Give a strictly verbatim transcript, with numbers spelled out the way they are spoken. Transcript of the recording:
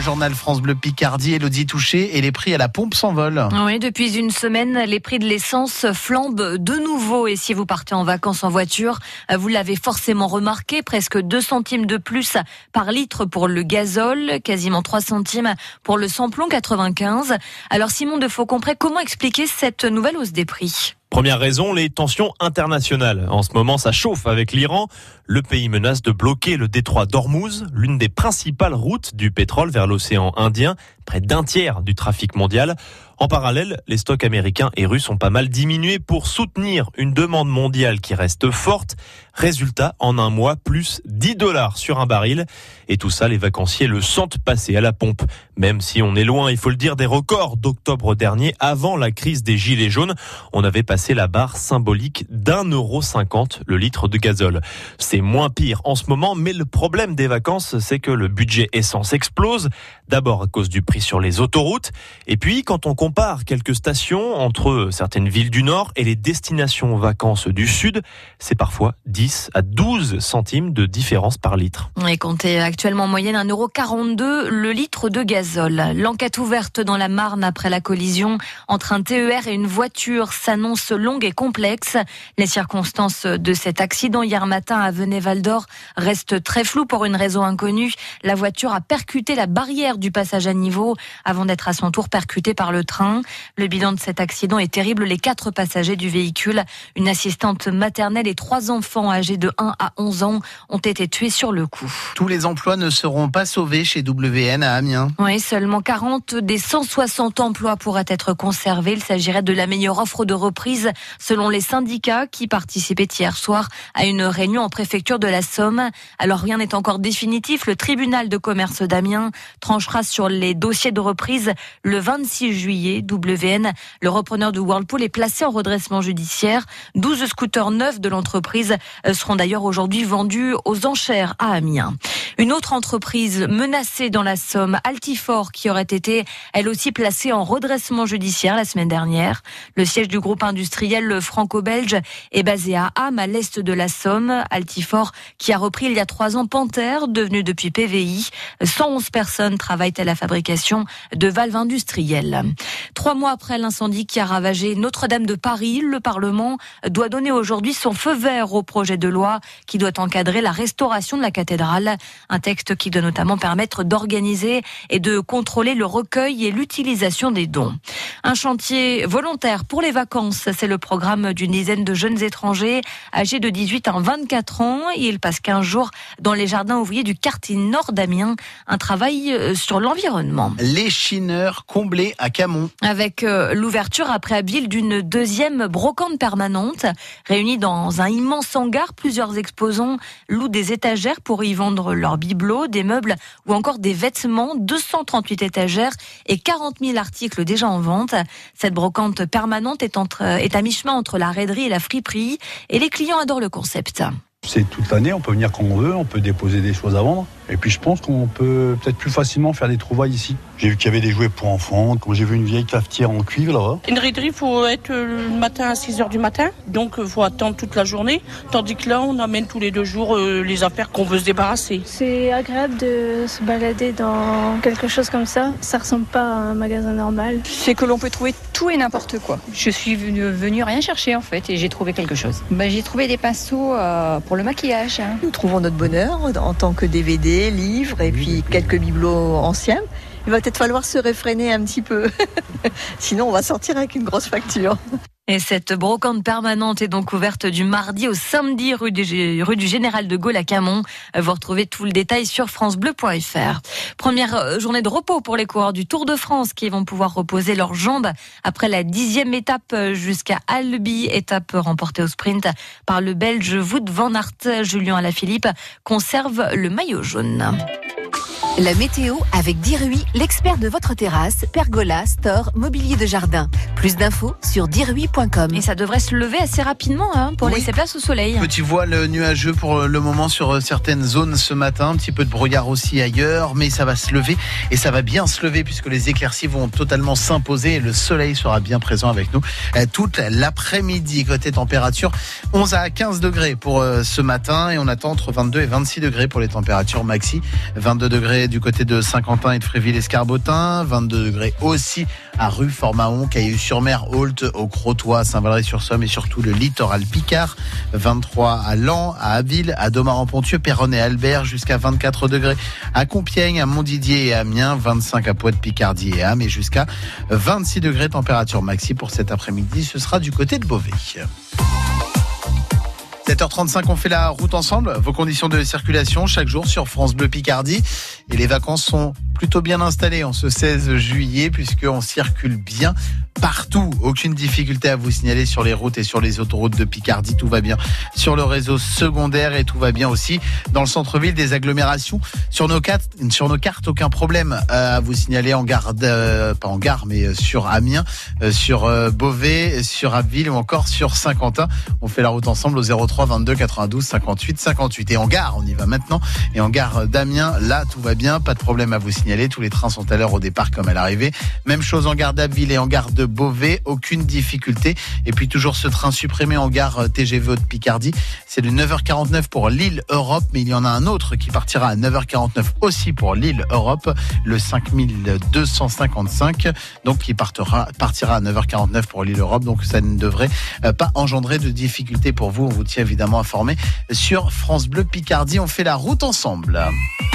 journal France Bleu Picardie, Élodie Touché, et les prix à la pompe s'envolent. Oui, depuis une semaine, les prix de l'essence flambent de nouveau. Et si vous partez en vacances en voiture, vous l'avez forcément remarqué, presque deux centimes de plus par litre pour le gazole, quasiment trois centimes pour le samplon quatre-vingt-quinze. Alors Simon de Faucompré, comment expliquer cette nouvelle hausse des prix ? Première raison, les tensions internationales. En ce moment, ça chauffe avec l'Iran. Le pays menace de bloquer le détroit d'Ormuz, l'une des principales routes du pétrole vers l'océan Indien, près d'un tiers du trafic mondial. En parallèle, les stocks américains et russes ont pas mal diminué pour soutenir une demande mondiale qui reste forte. Résultat, en un mois, plus dix dollars sur un baril. Et tout ça, les vacanciers le sentent passer à la pompe. Même si on est loin, il faut le dire, des records d'octobre dernier, avant la crise des gilets jaunes. On avait passé la barre symbolique d'un euro cinquante le litre de gazole. C'est moins pire en ce moment, mais le problème des vacances, c'est que le budget essence explose. D'abord à cause du prix sur les autoroutes. Et puis, quand on compare quelques stations entre certaines villes du Nord et les destinations vacances du Sud, c'est parfois dix à douze centimes de différence par litre. Et comptez actuellement en moyenne un euro quarante-deux le litre de gazole. L'enquête ouverte dans la Marne après la collision entre un T E R et une voiture s'annonce longue et complexe. Les circonstances de cet accident hier matin à Venay-Val d'Or restent très floues pour une raison inconnue. La voiture a percuté la barrière du passage à niveau avant d'être à son tour percutée par le train. Le bilan de cet accident est terrible. Les quatre passagers du véhicule, une assistante maternelle et trois enfants âgés de un à onze ans ont été tués sur le coup. Tous les emplois ne seront pas sauvés chez W N à Amiens. Oui, seulement quarante des cent soixante emplois pourraient être conservés. Il s'agirait de la meilleure offre de reprise selon les syndicats qui participaient hier soir à une réunion en préfecture de la Somme. Alors rien n'est encore définitif. Le tribunal de commerce d'Amiens tranchera sur les dossiers de reprise le vingt-six juillet. W N, le repreneur de Whirlpool, est placé en redressement judiciaire. douze scooters neufs de l'entreprise seront d'ailleurs aujourd'hui vendus aux enchères à Amiens. Une autre entreprise menacée dans la Somme, Altifort, qui aurait été elle aussi placée en redressement judiciaire la semaine dernière. Le siège du groupe industriel franco-belge est basé à Ham, à l'est de la Somme. Altifort, qui a repris il y a trois ans Panther, devenu depuis P V I. cent onze personnes travaillent à la fabrication de valves industrielles. Trois mois après l'incendie qui a ravagé Notre-Dame de Paris, le Parlement doit donner aujourd'hui son feu vert au projet de loi qui doit encadrer la restauration de la cathédrale. Un texte qui doit notamment permettre d'organiser et de contrôler le recueil et l'utilisation des dons. Un chantier volontaire pour les vacances, c'est le programme d'une dizaine de jeunes étrangers âgés de dix-huit à vingt-quatre ans. Ils passent quinze jours dans les jardins ouvriers du quartier nord d'Amiens. Un travail sur l'environnement. Les chineurs comblés à Camon. Avec l'ouverture après Abbeville d'une deuxième brocante permanente. Réunis dans un immense hangar, plusieurs exposants louent des étagères pour y vendre leurs bibelots, des meubles ou encore des vêtements. deux cent trente-huit étagères et quarante mille articles déjà en vente. Cette brocante permanente est, entre, est à mi-chemin entre la raiderie et la friperie et les clients adorent le concept. C'est toute l'année, on peut venir quand on veut, on peut déposer des choses à vendre. Et puis je pense qu'on peut peut-être plus facilement faire des trouvailles ici. J'ai vu qu'il y avait des jouets pour enfants. Quand j'ai vu une vieille cafetière en cuivre là-bas. Une raiderie, il faut être le matin à six heures du matin. Donc il faut attendre toute la journée. Tandis que là, on amène tous les deux jours euh, les affaires qu'on veut se débarrasser. C'est agréable de se balader dans quelque chose comme ça. Ça ressemble pas à un magasin normal. C'est que l'on peut trouver tout et n'importe quoi. Je suis venue, venue rien chercher en fait et j'ai trouvé quelque chose. Ben, j'ai trouvé des pinceaux euh, pour le maquillage. Hein. Nous trouvons notre bonheur en tant que D V D, livres et puis quelques bibelots anciens. Il va peut-être falloir se réfréner un petit peu. Sinon, on va sortir avec une grosse facture. Et cette brocante permanente est donc ouverte du mardi au samedi rue du, rue du Général de Gaulle à Camon. Vous retrouvez tout le détail sur francebleu point f r. Première journée de repos pour les coureurs du Tour de France qui vont pouvoir reposer leurs jambes après la dixième étape jusqu'à Albi, étape remportée au sprint par le Belge Wout van Aert. Julien Alaphilippe conserve le maillot jaune. La météo avec Dirui, l'expert de votre terrasse, pergola, store, mobilier de jardin. Plus d'infos sur dirhui point com. Et ça devrait se lever assez rapidement hein, pour Oui. laisser place au soleil. Petit voile nuageux pour le moment sur certaines zones ce matin, un petit peu de brouillard aussi ailleurs, mais ça va se lever et ça va bien se lever puisque les éclaircies vont totalement s'imposer et le soleil sera bien présent avec nous toute l'après-midi. Côté température, onze à quinze degrés pour ce matin et on attend entre vingt-deux et vingt-six degrés pour les températures maxi. vingt-deux degrés du côté de Saint-Quentin et de Fréville-Escarbotin, vingt-deux degrés aussi à Rue, Fort-Mahon, Cailloux-sur-Mer, Ault, au Crotoy, Saint-Valery-sur-Somme et surtout le littoral Picard. vingt-trois à Laon, à Abbeville, à Domare-en-Ponthieu, Péronne et Albert, jusqu'à vingt-quatre degrés à Compiègne, à Montdidier et à Amiens, vingt-cinq à Poix-de-Picardie et Ham et jusqu'à vingt-six degrés température maxi pour cet après-midi. Ce sera du côté de Beauvais. sept heures trente-cinq, on fait la route ensemble. Vos conditions de circulation chaque jour sur France Bleu Picardie. Et les vacances sont plutôt bien installées en ce seize juillet puisqu'on circule bien partout. Aucune difficulté à vous signaler sur les routes et sur les autoroutes de Picardie. Tout va bien sur le réseau secondaire et tout va bien aussi dans le centre-ville des agglomérations. Sur nos cartes, sur nos cartes aucun problème à vous signaler en gare, euh, pas en gare, mais sur Amiens, euh, sur euh, Beauvais, sur Abbeville ou encore sur Saint-Quentin. On fait la route ensemble au zéro trois vingt-deux quatre-vingt-douze cinquante-huit cinquante-huit. Et en gare, on y va maintenant. Et en gare d'Amiens, là, tout va bien. Pas de problème à vous signaler. Tous les trains sont à l'heure au départ comme à l'arrivée. Même chose en gare d'Abbeville et en gare de Beauvais, aucune difficulté. Et puis toujours ce train supprimé en gare T G V de Picardie, c'est le neuf heures quarante-neuf pour Lille Europe, mais il y en a un autre qui partira à neuf heures quarante-neuf aussi pour Lille Europe, le cinq mille deux cent cinquante-cinq, donc qui partira, partira à neuf heures quarante-neuf pour Lille Europe, donc ça ne devrait pas engendrer de difficultés pour vous. On vous tient évidemment informé sur France Bleu Picardie. On fait la route ensemble.